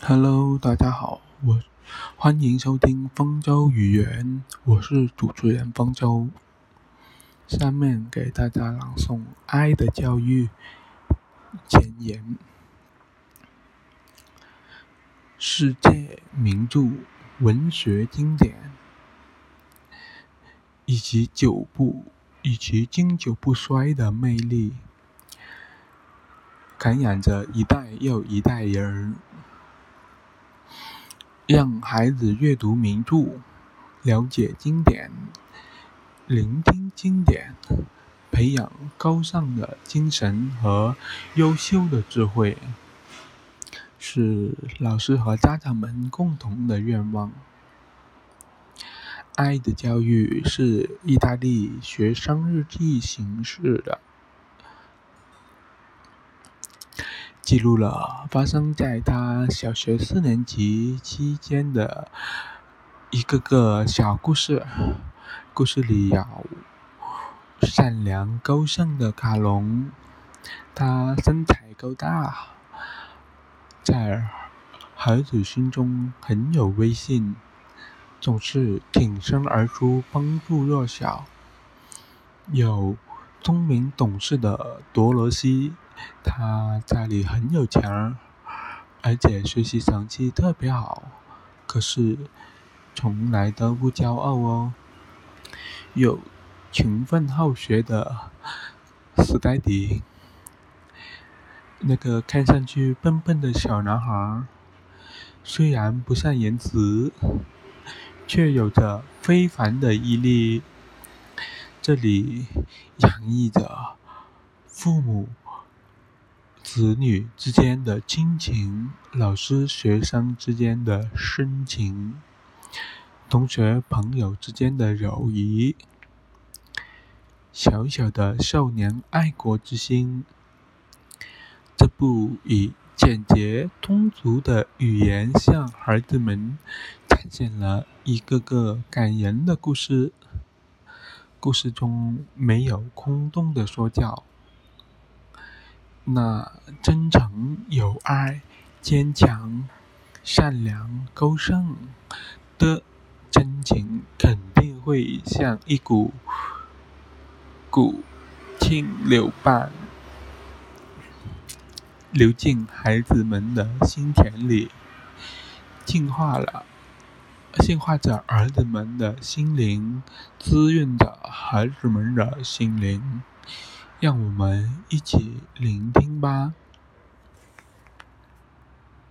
Hello，大家好，欢迎收听方舟语言，我是主持人方舟。下面给大家朗诵《爱的教育》前言。世界名著、文学经典，以其经久不衰的魅力，感染着一代又一代人。让孩子阅读名著，了解经典，聆听经典，培养高尚的精神和优秀的智慧，是老师和家长们共同的愿望。爱的教育是意大利学生日记形式的，记录了发生在他小学4年级期间的一个个小故事。故事里有善良高尚的卡隆，他身材高大，在孩子心中很有威信，总是挺身而出帮助弱小。有聪明懂事的多罗西，他家里很有钱，而且学习成绩特别好，可是从来都不骄傲哦。有勤奋好学的史黛迪，那个看上去笨笨的小男孩，虽然不善言辞，却有着非凡的毅力。这里洋溢着父母子女之间的亲情，老师学生之间的深情，同学朋友之间的友谊。小小的少年爱国之心。这部以简洁通俗的语言向孩子们展现了一个个感人的故事。故事中没有空洞的说教，那真诚、友爱、坚强、善良、高尚的真情，肯定会像一股清流般流进孩子们的心田里，净化着儿子们的心灵，滋润着孩子们的心灵。让我们一起聆听吧。